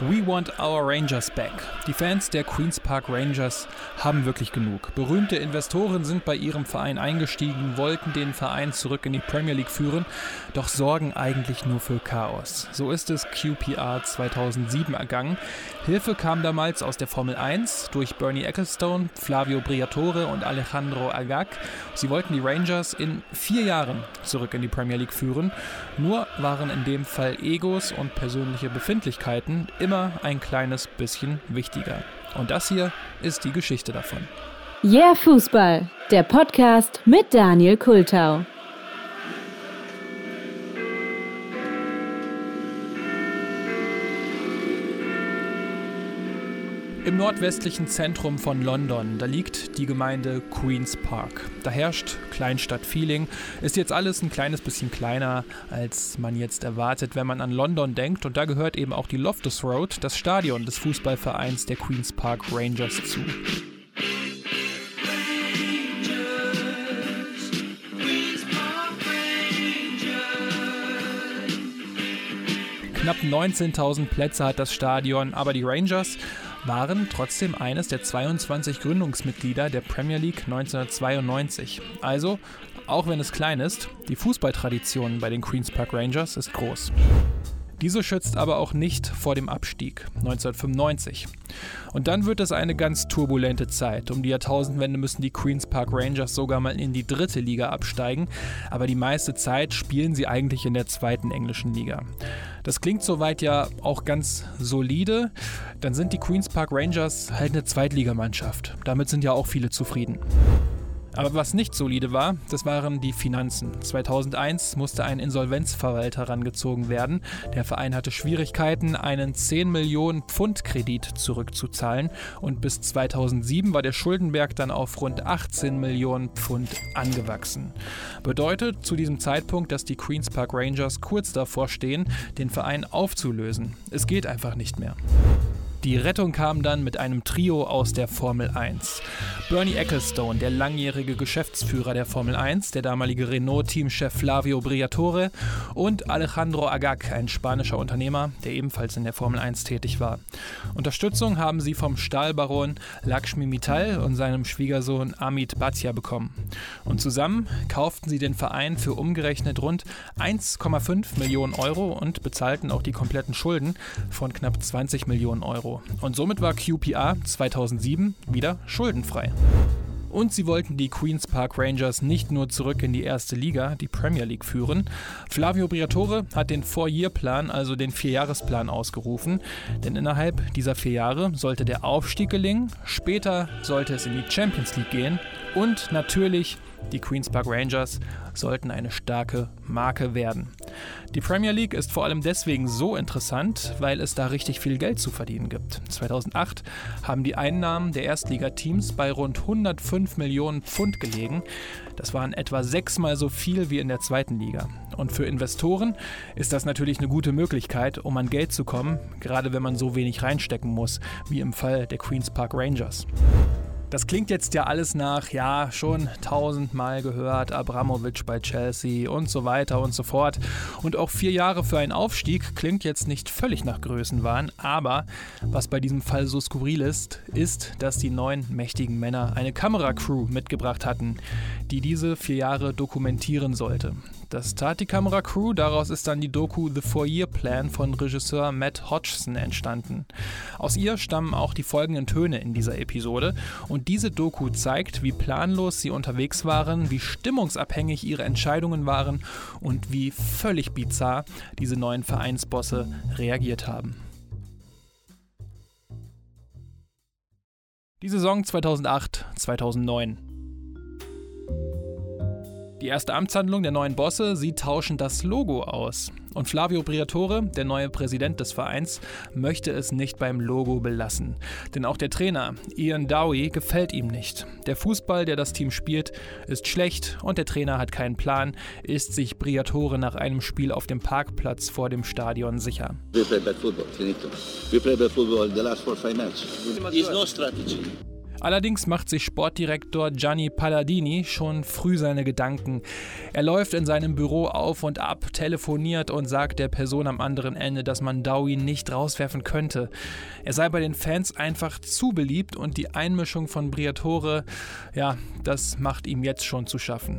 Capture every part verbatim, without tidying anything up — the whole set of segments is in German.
We want our Rangers back. Die Fans der Queen's Park Rangers haben wirklich genug. Berühmte Investoren sind bei ihrem Verein eingestiegen, wollten den Verein zurück in die Premier League führen, doch sorgen eigentlich nur für Chaos. So ist es Q P R zweitausendsieben ergangen. Hilfe kam damals aus der Formel eins durch Bernie Ecclestone, Flavio Briatore und Alejandro Agag. Sie wollten die Rangers in vier Jahren zurück in die Premier League führen. Nur waren in dem Fall Egos und persönliche Befindlichkeiten immer ein kleines bisschen wichtiger. Und das hier ist die Geschichte davon. Yeah Fußball, der Podcast mit Daniel Kultau. Im nordwestlichen Zentrum von London, da liegt die Gemeinde Queen's Park. Da herrscht Kleinstadt-Feeling. Ist jetzt alles ein kleines bisschen kleiner, als man jetzt erwartet, wenn man an London denkt. Und da gehört eben auch die Loftus Road, das Stadion des Fußballvereins der Queen's Park Rangers, zu. Knapp neunzehntausend Plätze hat das Stadion, aber die Rangers waren trotzdem eines der zweiundzwanzig Gründungsmitglieder der Premier League neunzehnhundertzweiundneunzig. Also, auch wenn es klein ist, die Fußballtradition bei den Queen's Park Rangers ist groß. Diese schützt aber auch nicht vor dem Abstieg neunzehnhundertfünfundneunzig. Und dann wird es eine ganz turbulente Zeit. Um die Jahrtausendwende müssen die Queen's Park Rangers sogar mal in die dritte Liga absteigen, aber die meiste Zeit spielen sie eigentlich in der zweiten englischen Liga. Das klingt soweit ja auch ganz solide, dann sind die Queen's Park Rangers halt eine Zweitligamannschaft. Damit sind ja auch viele zufrieden. Aber was nicht solide war, das waren die Finanzen. zweitausendeins musste ein Insolvenzverwalter herangezogen werden. Der Verein hatte Schwierigkeiten, einen zehn Millionen Pfund Kredit zurückzuzahlen. Und bis zweitausendsieben war der Schuldenberg dann auf rund achtzehn Millionen Pfund angewachsen. Bedeutet zu diesem Zeitpunkt, dass die Queen's Park Rangers kurz davor stehen, den Verein aufzulösen. Es geht einfach nicht mehr. Die Rettung kam dann mit einem Trio aus der Formel eins. Bernie Ecclestone, der langjährige Geschäftsführer der Formel eins, der damalige Renault-Teamchef Flavio Briatore und Alejandro Agag, ein spanischer Unternehmer, der ebenfalls in der Formel eins tätig war. Unterstützung haben sie vom Stahlbaron Lakshmi Mittal und seinem Schwiegersohn Amit Bhatia bekommen. Und zusammen kauften sie den Verein für umgerechnet rund eins Komma fünf Millionen Euro und bezahlten auch die kompletten Schulden von knapp zwanzig Millionen Euro. Und somit war Q P R zweitausendsieben wieder schuldenfrei. Und sie wollten die Queen's Park Rangers nicht nur zurück in die erste Liga, die Premier League, führen. Flavio Briatore hat den Four-Year-Plan, also den Vierjahresplan, ausgerufen. Denn innerhalb dieser vier Jahre sollte der Aufstieg gelingen, später sollte es in die Champions League gehen und natürlich die Queen's Park Rangers sollten eine starke Marke werden. Die Premier League ist vor allem deswegen so interessant, weil es da richtig viel Geld zu verdienen gibt. zweitausendacht haben die Einnahmen der Erstligateams bei rund hundertfünf Millionen Pfund gelegen. Das waren etwa sechsmal so viel wie in der zweiten Liga. Und für Investoren ist das natürlich eine gute Möglichkeit, um an Geld zu kommen, gerade wenn man so wenig reinstecken muss, wie im Fall der Queen's Park Rangers. Das klingt jetzt ja alles nach, ja, schon tausendmal gehört, Abramovich bei Chelsea und so weiter und so fort. Und auch vier Jahre für einen Aufstieg klingt jetzt nicht völlig nach Größenwahn, aber was bei diesem Fall so skurril ist, ist, dass die neun mächtigen Männer eine Kameracrew mitgebracht hatten, die diese vier Jahre dokumentieren sollte. Das tat die Kameracrew, daraus ist dann die Doku The Four-Year-Plan von Regisseur Matt Hodgson entstanden. Aus ihr stammen auch die folgenden Töne in dieser Episode und diese Doku zeigt, wie planlos sie unterwegs waren, wie stimmungsabhängig ihre Entscheidungen waren und wie völlig bizarr diese neuen Vereinsbosse reagiert haben. Die Saison zweitausendacht zweitausendneun. Die erste Amtshandlung der neuen Bosse, sie tauschen das Logo aus. Und Flavio Briatore, der neue Präsident des Vereins, möchte es nicht beim Logo belassen. Denn auch der Trainer, Ian Dowie, gefällt ihm nicht. Der Fußball, der das Team spielt, ist schlecht und der Trainer hat keinen Plan, ist sich Briatore nach einem Spiel auf dem Parkplatz vor dem Stadion sicher. We play bad football, finito. We play bad football the last four, five matches. There's no strategy. Allerdings macht sich Sportdirektor Gianni Palladini schon früh seine Gedanken. Er läuft in seinem Büro auf und ab, telefoniert und sagt der Person am anderen Ende, dass man Dowie nicht rauswerfen könnte. Er sei bei den Fans einfach zu beliebt und die Einmischung von Briatore, ja, das macht ihm jetzt schon zu schaffen.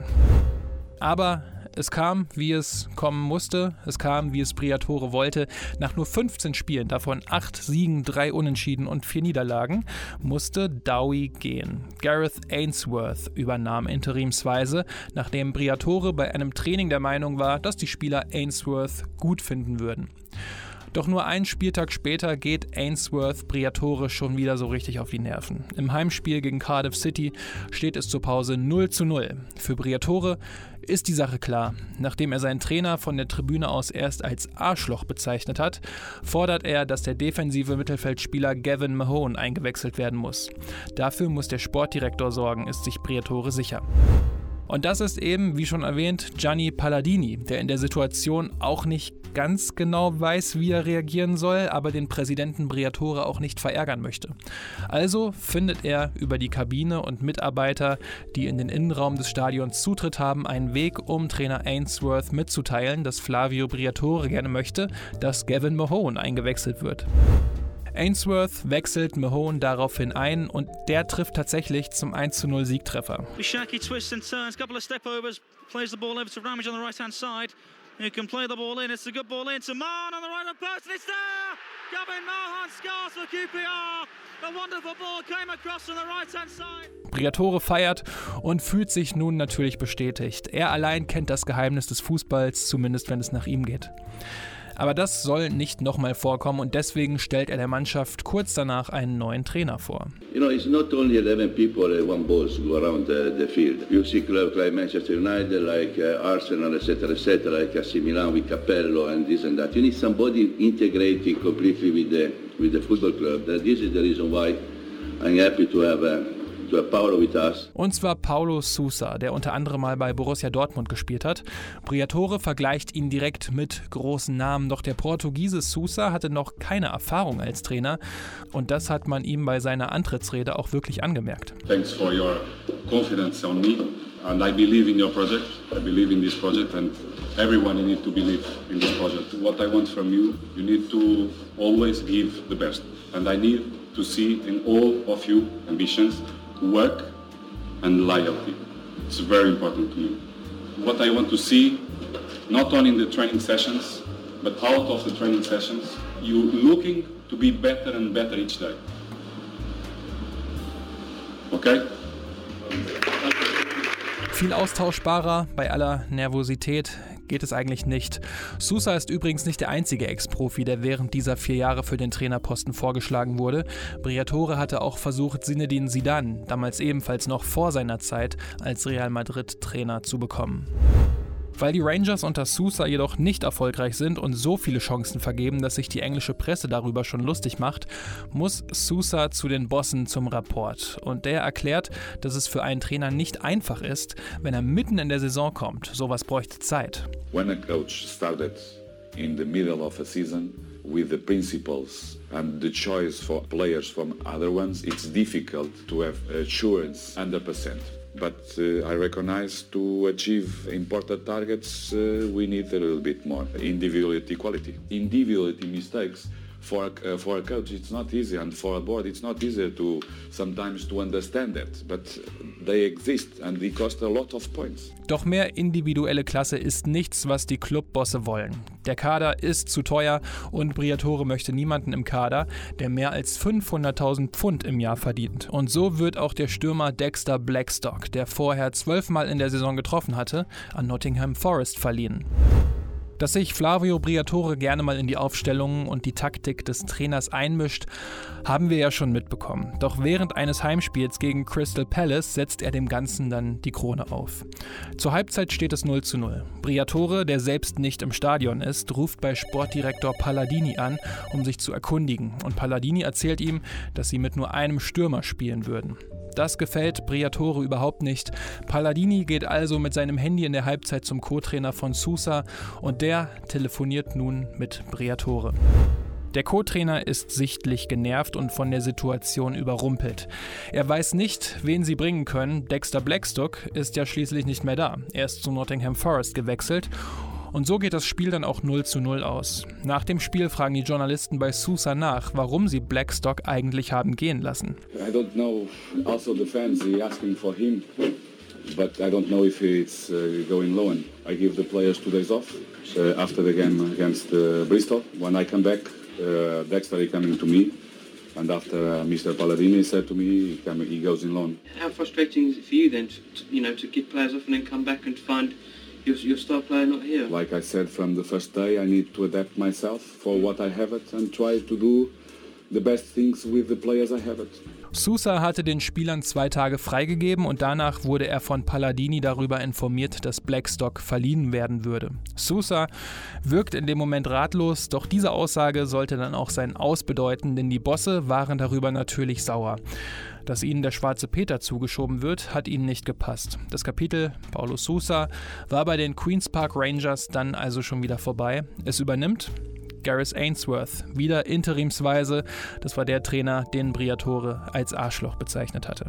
Aber es kam, wie es kommen musste. Es kam, wie es Briatore wollte. Nach nur fünfzehn Spielen, davon acht Siegen, drei Unentschieden und vier Niederlagen, musste Dowie gehen. Gareth Ainsworth übernahm interimsweise, nachdem Briatore bei einem Training der Meinung war, dass die Spieler Ainsworth gut finden würden. Doch nur einen Spieltag später geht Ainsworth Briatore schon wieder so richtig auf die Nerven. Im Heimspiel gegen Cardiff City steht es zur Pause null zu null. Für Briatore ist die Sache klar. Nachdem er seinen Trainer von der Tribüne aus erst als Arschloch bezeichnet hat, fordert er, dass der defensive Mittelfeldspieler Gavin Mahone eingewechselt werden muss. Dafür muss der Sportdirektor sorgen, ist sich Briatore sicher. Und das ist eben, wie schon erwähnt, Gianni Palladini, der in der Situation auch nicht ganz genau weiß, wie er reagieren soll, aber den Präsidenten Briatore auch nicht verärgern möchte. Also findet er über die Kabine und Mitarbeiter, die in den Innenraum des Stadions Zutritt haben, einen Weg, um Trainer Ainsworth mitzuteilen, dass Flavio Briatore gerne möchte, dass Gavin Mahone eingewechselt wird. Ainsworth wechselt Mahone daraufhin ein und der trifft tatsächlich zum eins zu null Siegtreffer. Shaki twists and turns, couple of step-overs, plays the ball over to Ramage on the right-hand side. Who can play the ball in? It's a good ball in to Mahon on the right-hand post, and it's there! Gavin Mahon scores for Q P R. A wonderful ball came across on the right-hand side. Briatore feiert und fühlt sich nun natürlich bestätigt. Er allein kennt das Geheimnis des Fußballs, zumindest wenn es nach ihm geht. Aber das soll nicht nochmal vorkommen und deswegen stellt er der Mannschaft kurz danach einen neuen Trainer vor. You know, it's not only eleven people and one ball go around the, the field. You see clubs like Manchester United, like uh, Arsenal, et cetera, et cetera, like A C Milan with Capello and this and that. You need somebody integrating completely with the with the football club. That this is the reason why I'm happy to have a Und zwar Paulo Sousa, der unter anderem mal bei Borussia Dortmund gespielt hat. Briatore vergleicht ihn direkt mit großen Namen, doch der Portugiese Sousa hatte noch keine Erfahrung als Trainer und das hat man ihm bei seiner Antrittsrede auch wirklich angemerkt. Thanks for your confidence on me and I believe in your project. I believe in this project and everyone you need to believe in this project. What I want from you, you need to always give the best and I need to see in all of you ambitions work and loyalty. It's very important to me. What I want to see, not only in the training sessions, but out of the training sessions, you looking to be better and better each day. Okay? Viel austauschbarer bei aller Nervosität geht es eigentlich nicht. Sousa ist übrigens nicht der einzige Ex-Profi, der während dieser vier Jahre für den Trainerposten vorgeschlagen wurde. Briatore hatte auch versucht, Zinedine Zidane, damals ebenfalls noch vor seiner Zeit als Real Madrid-Trainer, zu bekommen. Weil die Rangers unter Sousa jedoch nicht erfolgreich sind und so viele Chancen vergeben, dass sich die englische Presse darüber schon lustig macht, muss Sousa zu den Bossen zum Rapport. Und der erklärt, dass es für einen Trainer nicht einfach ist, wenn er mitten in der Saison kommt. Sowas bräuchte Zeit. When a coach started in the middle of a season with the principles and the choice for players from other ones, it's difficult to have assurance one hundred percent. But uh, I recognize to achieve important targets, uh, we need a little bit more individuality quality. Individuality mistakes for uh, for a coach it's not easy, and for a board it's not easy to sometimes to understand that. But they exist and they cost a lot of points. Doch mehr individuelle Klasse ist nichts, was die Clubbosse wollen. Der Kader ist zu teuer und Briatore möchte niemanden im Kader, der mehr als fünfhunderttausend Pfund im Jahr verdient. Und so wird auch der Stürmer Dexter Blackstock, der vorher zwölfmal in der Saison getroffen hatte, an Nottingham Forest verliehen. Dass sich Flavio Briatore gerne mal in die Aufstellungen und die Taktik des Trainers einmischt, haben wir ja schon mitbekommen. Doch während eines Heimspiels gegen Crystal Palace setzt er dem Ganzen dann die Krone auf. Zur Halbzeit steht es null zu null. Briatore, der selbst nicht im Stadion ist, ruft bei Sportdirektor Palladini an, um sich zu erkundigen. Und Palladini erzählt ihm, dass sie mit nur einem Stürmer spielen würden. Das gefällt Briatore überhaupt nicht. Palladini geht also mit seinem Handy in der Halbzeit zum Co-Trainer von Sousa und der telefoniert nun mit Briatore. Der Co-Trainer ist sichtlich genervt und von der Situation überrumpelt. Er weiß nicht, wen sie bringen können. Dexter Blackstock ist ja schließlich nicht mehr da. Er ist zu Nottingham Forest gewechselt. Und so geht das Spiel dann auch null zu null aus. Nach dem Spiel fragen die Journalisten bei Sousa nach, warum sie Blackstock eigentlich haben gehen lassen. I don't know. Also the fans, they asking for him, but I don't know if it's uh, going loan. I give the players two days off uh, after the game against uh, Bristol. When I come back, uh, Dexter is coming to me, and after uh, Mister Palladini said to me, he, come, he goes in loan. How frustrating is it for you then, to, you know, to give players off and then come back and find your, your star player not here? Like I said from the first day, I need to adapt myself for what I have it and try to do the best things with the players I have it. Sousa hatte den Spielern zwei Tage freigegeben und danach wurde er von Palladini darüber informiert, dass Blackstock verliehen werden würde. Sousa wirkt in dem Moment ratlos, doch diese Aussage sollte dann auch sein Aus bedeuten, denn die Bosse waren darüber natürlich sauer. Dass ihnen der schwarze Peter zugeschoben wird, hat ihnen nicht gepasst. Das Kapitel Paulo Sousa war bei den Queen's Park Rangers dann also schon wieder vorbei. Es übernimmt Gareth Ainsworth, wieder interimsweise. Das war der Trainer, den Briatore als Arschloch bezeichnet hatte.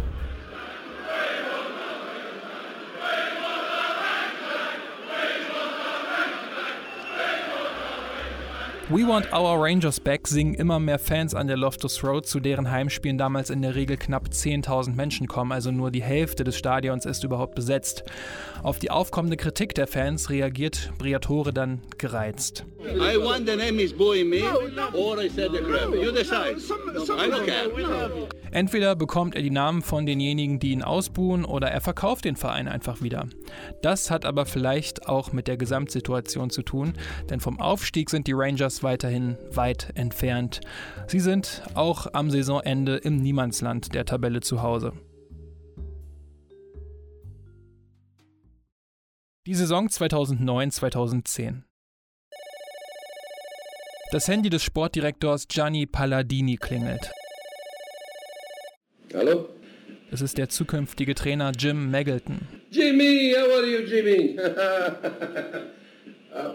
We Want Our Rangers Back singen immer mehr Fans an der Loftus Road, zu deren Heimspielen damals in der Regel knapp zehntausend Menschen kommen, also nur die Hälfte des Stadions ist überhaupt besetzt. Auf die aufkommende Kritik der Fans reagiert Briatore dann gereizt. I want the name is booing me or I said the crap. You decide. I don't care. Entweder bekommt er die Namen von denjenigen, die ihn ausbuhen, oder er verkauft den Verein einfach wieder. Das hat aber vielleicht auch mit der Gesamtsituation zu tun, denn vom Aufstieg sind die Rangers weiterhin weit entfernt. Sie sind auch am Saisonende im Niemandsland der Tabelle zu Hause. Die Saison zweitausendneun zweitausendzehn. Das Handy des Sportdirektors Gianni Palladini klingelt. Hallo? Es ist der zukünftige Trainer Jim Maggleton. Jimmy, how are you, Jimmy? Oh.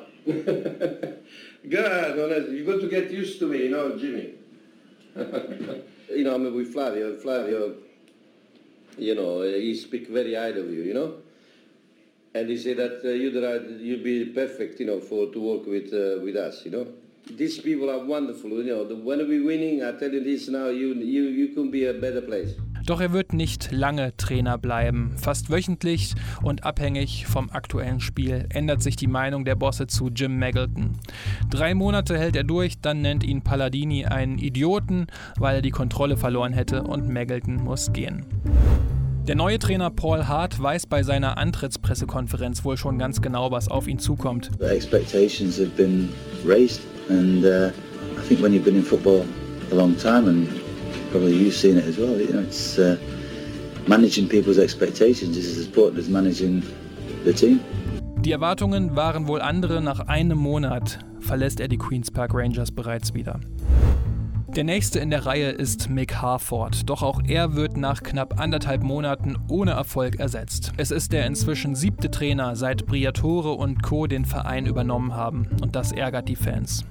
God, honestly, you've got to get used to me, you know, Jimmy. You know, I'm with Flavio. Flavio, you know, he speaks very highly of you, you know. And he said that uh, you'd, you'd be perfect, you know, for to work with uh, with us, you know. These people are wonderful, you know. When we're winning, I tell you this now, you you you can be a better place. Doch er wird nicht lange Trainer bleiben. Fast wöchentlich und abhängig vom aktuellen Spiel ändert sich die Meinung der Bosse zu Jim Maggleton. Drei Monate hält er durch, dann nennt ihn Palladini einen Idioten, weil er die Kontrolle verloren hätte und Maggleton muss gehen. Der neue Trainer Paul Hart weiß bei seiner Antrittspressekonferenz wohl schon ganz genau, was auf ihn zukommt. The expectations have been raised and uh, I think when you've been in football a long time and probably you've seen it as well, you know, it's uh, managing people's expectations is as important as managing the team. Die Erwartungen waren wohl andere. Nach einem Monat verlässt er die Queen's Park Rangers bereits wieder. Der nächste in der Reihe ist Mick Harford, doch auch er wird nach knapp anderthalb Monaten ohne Erfolg ersetzt. Es ist der inzwischen siebte Trainer, seit Briatore und Co. den Verein übernommen haben, und das ärgert die Fans.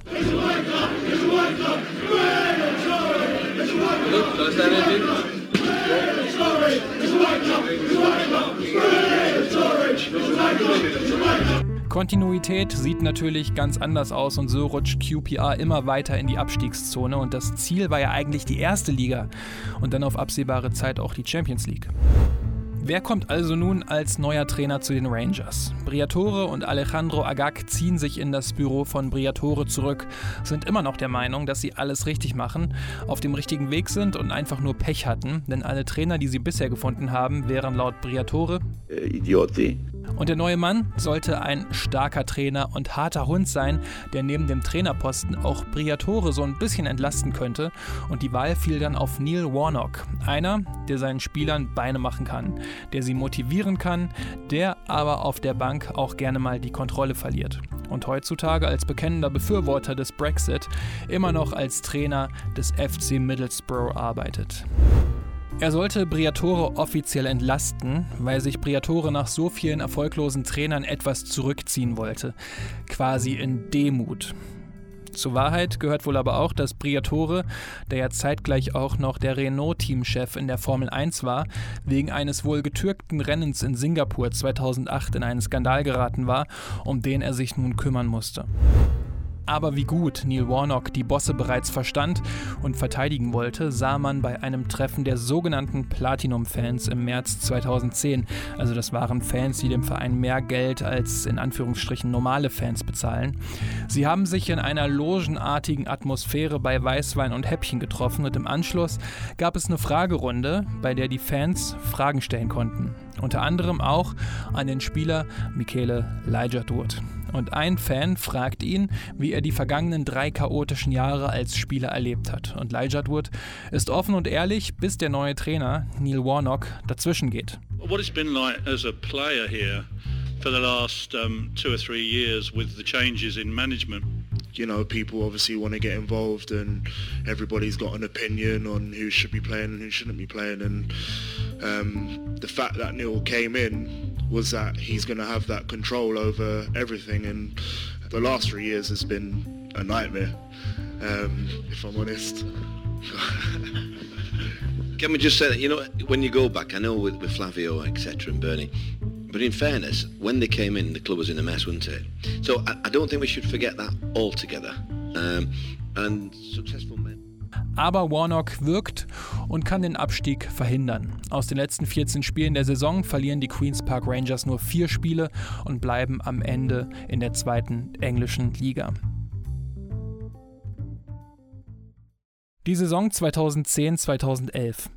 Kontinuität sieht natürlich ganz anders aus und so rutscht Q P R immer weiter in die Abstiegszone und das Ziel war ja eigentlich die erste Liga und dann auf absehbare Zeit auch die Champions League. Wer kommt also nun als neuer Trainer zu den Rangers? Briatore und Alejandro Agag ziehen sich in das Büro von Briatore zurück, sind immer noch der Meinung, dass sie alles richtig machen, auf dem richtigen Weg sind und einfach nur Pech hatten, denn alle Trainer, die sie bisher gefunden haben, wären laut Briatore äh, Idioti. Und der neue Mann sollte ein starker Trainer und harter Hund sein, der neben dem Trainerposten auch Briatore so ein bisschen entlasten könnte. Und die Wahl fiel dann auf Neil Warnock, einer, der seinen Spielern Beine machen kann, der sie motivieren kann, der aber auf der Bank auch gerne mal die Kontrolle verliert. Und heutzutage als bekennender Befürworter des Brexit immer noch als Trainer des F C Middlesbrough arbeitet. Er sollte Briatore offiziell entlasten, weil sich Briatore nach so vielen erfolglosen Trainern etwas zurückziehen wollte, quasi in Demut. Zur Wahrheit gehört wohl aber auch, dass Briatore, der ja zeitgleich auch noch der Renault-Teamchef in der Formel eins war, wegen eines wohl getürkten Rennens in Singapur zweitausendacht in einen Skandal geraten war, um den er sich nun kümmern musste. Aber wie gut Neil Warnock die Bosse bereits verstand und verteidigen wollte, sah man bei einem Treffen der sogenannten Platinum-Fans im März zweitausendzehn. Also das waren Fans, die dem Verein mehr Geld als in Anführungsstrichen normale Fans bezahlen. Sie haben sich in einer logenartigen Atmosphäre bei Weißwein und Häppchen getroffen und im Anschluss gab es eine Fragerunde, bei der die Fans Fragen stellen konnten. Unter anderem auch an den Spieler Michele Leijadurt. Und ein Fan fragt ihn, wie er die vergangenen drei chaotischen Jahre als Spieler erlebt hat. Und Leijadurt ist offen und ehrlich, bis der neue Trainer, Neil Warnock, dazwischen geht. What it's been like as a player here for the last um, two or three years with the changes in management. You know, people obviously want to get involved and everybody's got an opinion on who should be playing and who shouldn't be playing. And um, the fact that Neil came in was that he's going to have that control over everything. And the last three years has been a nightmare, um, if I'm honest. Can we just say that, you know, when you go back, I know with, with Flavio, et cetera, and Bernie, but in fairness, when they came in, the club was in a mess, wasn't it? So I, I don't think we should forget that altogether. Um, and successful men. Aber Warnock wirkt und kann den Abstieg verhindern. Aus den letzten vierzehn Spielen der Saison verlieren die Queen's Park Rangers nur vier Spiele und bleiben am Ende in der zweiten englischen Liga. Die Saison zweitausendzehn zweitausendelf.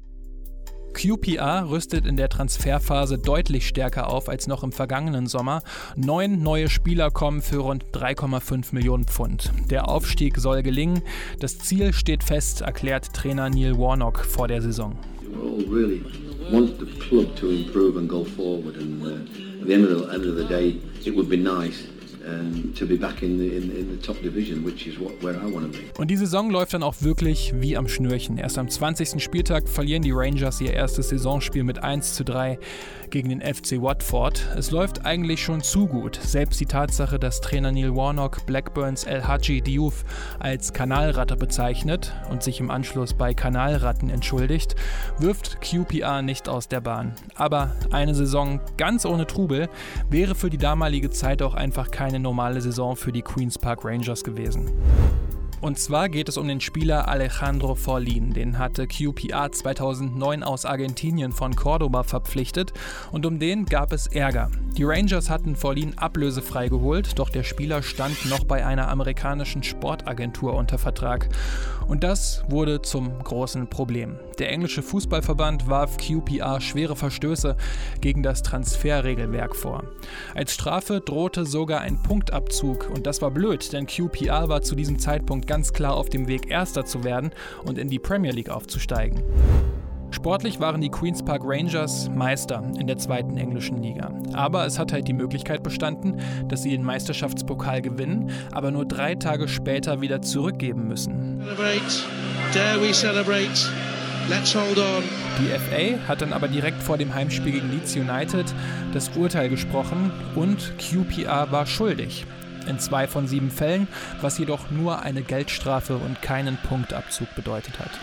Q P R rüstet in der Transferphase deutlich stärker auf als noch im vergangenen Sommer. Neun neue Spieler kommen für rund drei Komma fünf Millionen Pfund. Der Aufstieg soll gelingen. Das Ziel steht fest, erklärt Trainer Neil Warnock vor der Saison. We all really want the club to improve and go forward, and uh, at the end of the, end of the day, it would be nice um, to be back in the, in, in the top division, which is what, where I want to be. Und die Saison läuft dann auch wirklich wie am Schnürchen. Erst am zwanzigsten Spieltag verlieren die Rangers ihr erstes Saisonspiel mit eins zu drei gegen den F C Watford. Es läuft eigentlich schon zu gut. Selbst die Tatsache, dass Trainer Neil Warnock Blackburns El Hadji Diouf als Kanalratte bezeichnet und sich im Anschluss bei Kanalratten entschuldigt, wirft Q P R nicht aus der Bahn. Aber eine Saison ganz ohne Trubel wäre für die damalige Zeit auch einfach keine normale Saison für die Queen's Park Rangers gewesen. Und zwar geht es um den Spieler Alejandro Forlín. Den hatte Q P R zweitausendneun aus Argentinien von Córdoba verpflichtet und um den gab es Ärger. Die Rangers hatten Forlín ablösefrei geholt, doch der Spieler stand noch bei einer amerikanischen Sportagentur unter Vertrag. Und das wurde zum großen Problem. Der englische Fußballverband warf Q P R schwere Verstöße gegen das Transferregelwerk vor. Als Strafe drohte sogar ein Punktabzug und das war blöd, denn Q P R war zu diesem Zeitpunkt ganz klar auf dem Weg, Erster zu werden und in die Premier League aufzusteigen. Sportlich waren die Queen's Park Rangers Meister in der zweiten englischen Liga. Aber es hat halt die Möglichkeit bestanden, dass sie den Meisterschaftspokal gewinnen, aber nur drei Tage später wieder zurückgeben müssen. Celebrate. Dare we celebrate? Let's hold on. Die F A hat dann aber direkt vor dem Heimspiel gegen Leeds United das Urteil gesprochen und Q P R war schuldig. In zwei von sieben Fällen, was jedoch nur eine Geldstrafe und keinen Punktabzug bedeutet hat.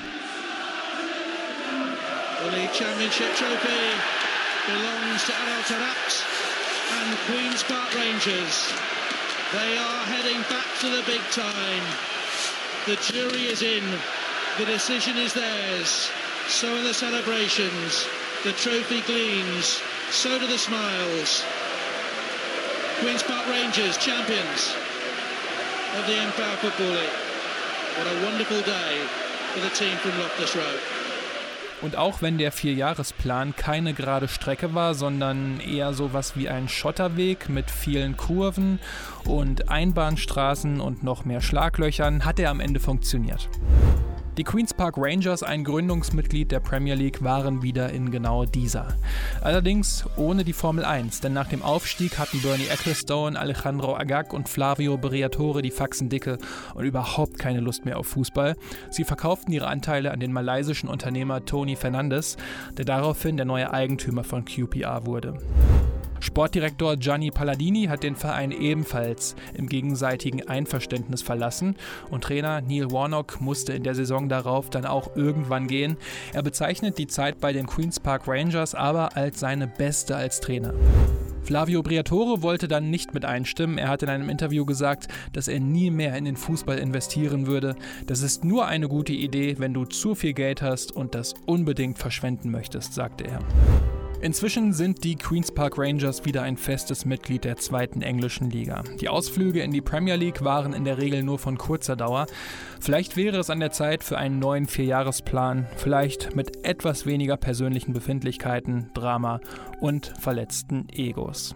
The League Championship trophy belongs to Adel Taarabt and Queen's Park Rangers. They are heading back to the big time. The jury is in. The decision is theirs. So are the celebrations. The trophy gleams. So do the smiles. Queen's Park Rangers, champions of the Empire Football League. What a wonderful day for the team from Loftus Road. Und auch wenn der Vierjahresplan keine gerade Strecke war, sondern eher sowas wie ein Schotterweg mit vielen Kurven und Einbahnstraßen und noch mehr Schlaglöchern, hat er am Ende funktioniert. Die Queen's Park Rangers, ein Gründungsmitglied der Premier League, waren wieder in genau dieser. Allerdings ohne die Formel eins, denn nach dem Aufstieg hatten Bernie Ecclestone, Alejandro Agag und Flavio Briatore die Faxen dicke und überhaupt keine Lust mehr auf Fußball. Sie verkauften ihre Anteile an den malaysischen Unternehmer Tony Fernandes, der daraufhin der neue Eigentümer von Q P R wurde. Sportdirektor Gianni Palladini hat den Verein ebenfalls im gegenseitigen Einverständnis verlassen und Trainer Neil Warnock musste in der Saison darauf dann auch irgendwann gehen. Er bezeichnet die Zeit bei den Queen's Park Rangers aber als seine beste als Trainer. Flavio Briatore wollte dann nicht mit einstimmen. Er hat in einem Interview gesagt, dass er nie mehr in den Fußball investieren würde. Das ist nur eine gute Idee, wenn du zu viel Geld hast und das unbedingt verschwenden möchtest, sagte er. Inzwischen sind die Queen's Park Rangers wieder ein festes Mitglied der zweiten englischen Liga. Die Ausflüge in die Premier League waren in der Regel nur von kurzer Dauer. Vielleicht wäre es an der Zeit für einen neuen Vierjahresplan, vielleicht mit etwas weniger persönlichen Befindlichkeiten, Drama und verletzten Egos.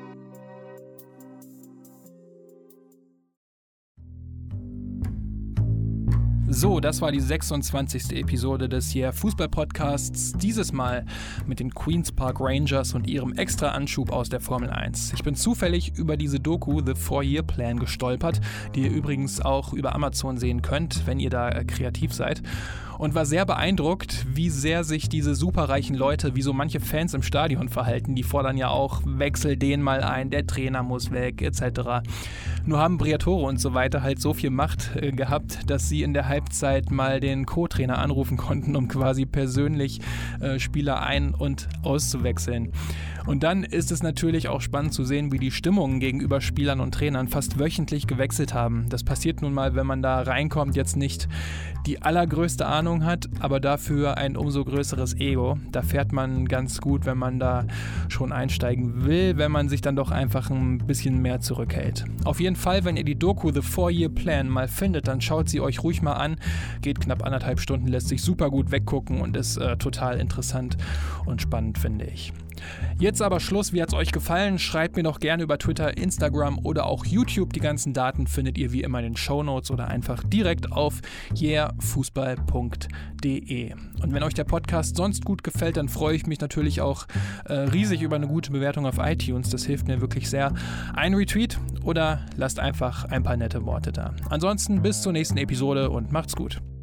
So, das war die sechsundzwanzigste Episode des Yeah Fußball-Podcasts, dieses Mal mit den Queen's Park Rangers und ihrem extra Anschub aus der Formel eins. Ich bin zufällig über diese Doku The Four-Year Plan gestolpert, die ihr übrigens auch über Amazon sehen könnt, wenn ihr da äh, kreativ seid. Und war sehr beeindruckt, wie sehr sich diese superreichen Leute, wie so manche Fans im Stadion verhalten. Die fordern ja auch, wechsel den mal ein, der Trainer muss weg, et cetera. Nur haben Briatore und so weiter halt so viel Macht äh, gehabt, dass sie in der Halbzeit mal den Co-Trainer anrufen konnten, um quasi persönlich äh, Spieler ein- und auszuwechseln. Und dann ist es natürlich auch spannend zu sehen, wie die Stimmungen gegenüber Spielern und Trainern fast wöchentlich gewechselt haben. Das passiert nun mal, wenn man da reinkommt, jetzt nicht die allergrößte Ahnung hat, aber dafür ein umso größeres Ego. Da fährt man ganz gut, wenn man da schon einsteigen will, wenn man sich dann doch einfach ein bisschen mehr zurückhält. Auf jeden Fall, wenn ihr die Doku The Four-Year Plan mal findet, dann schaut sie euch ruhig mal an. Geht knapp anderthalb Stunden, lässt sich super gut weggucken und ist äh, total interessant und spannend, finde ich. Jetzt aber Schluss, wie hat es euch gefallen? Schreibt mir doch gerne über Twitter, Instagram oder auch YouTube. Die ganzen Daten findet ihr wie immer in den Shownotes oder einfach direkt auf yeah fußball punkt de. Und wenn euch der Podcast sonst gut gefällt, dann freue ich mich natürlich auch äh, riesig über eine gute Bewertung auf iTunes. Das hilft mir wirklich sehr. Ein Retweet oder lasst einfach ein paar nette Worte da. Ansonsten bis zur nächsten Episode und macht's gut.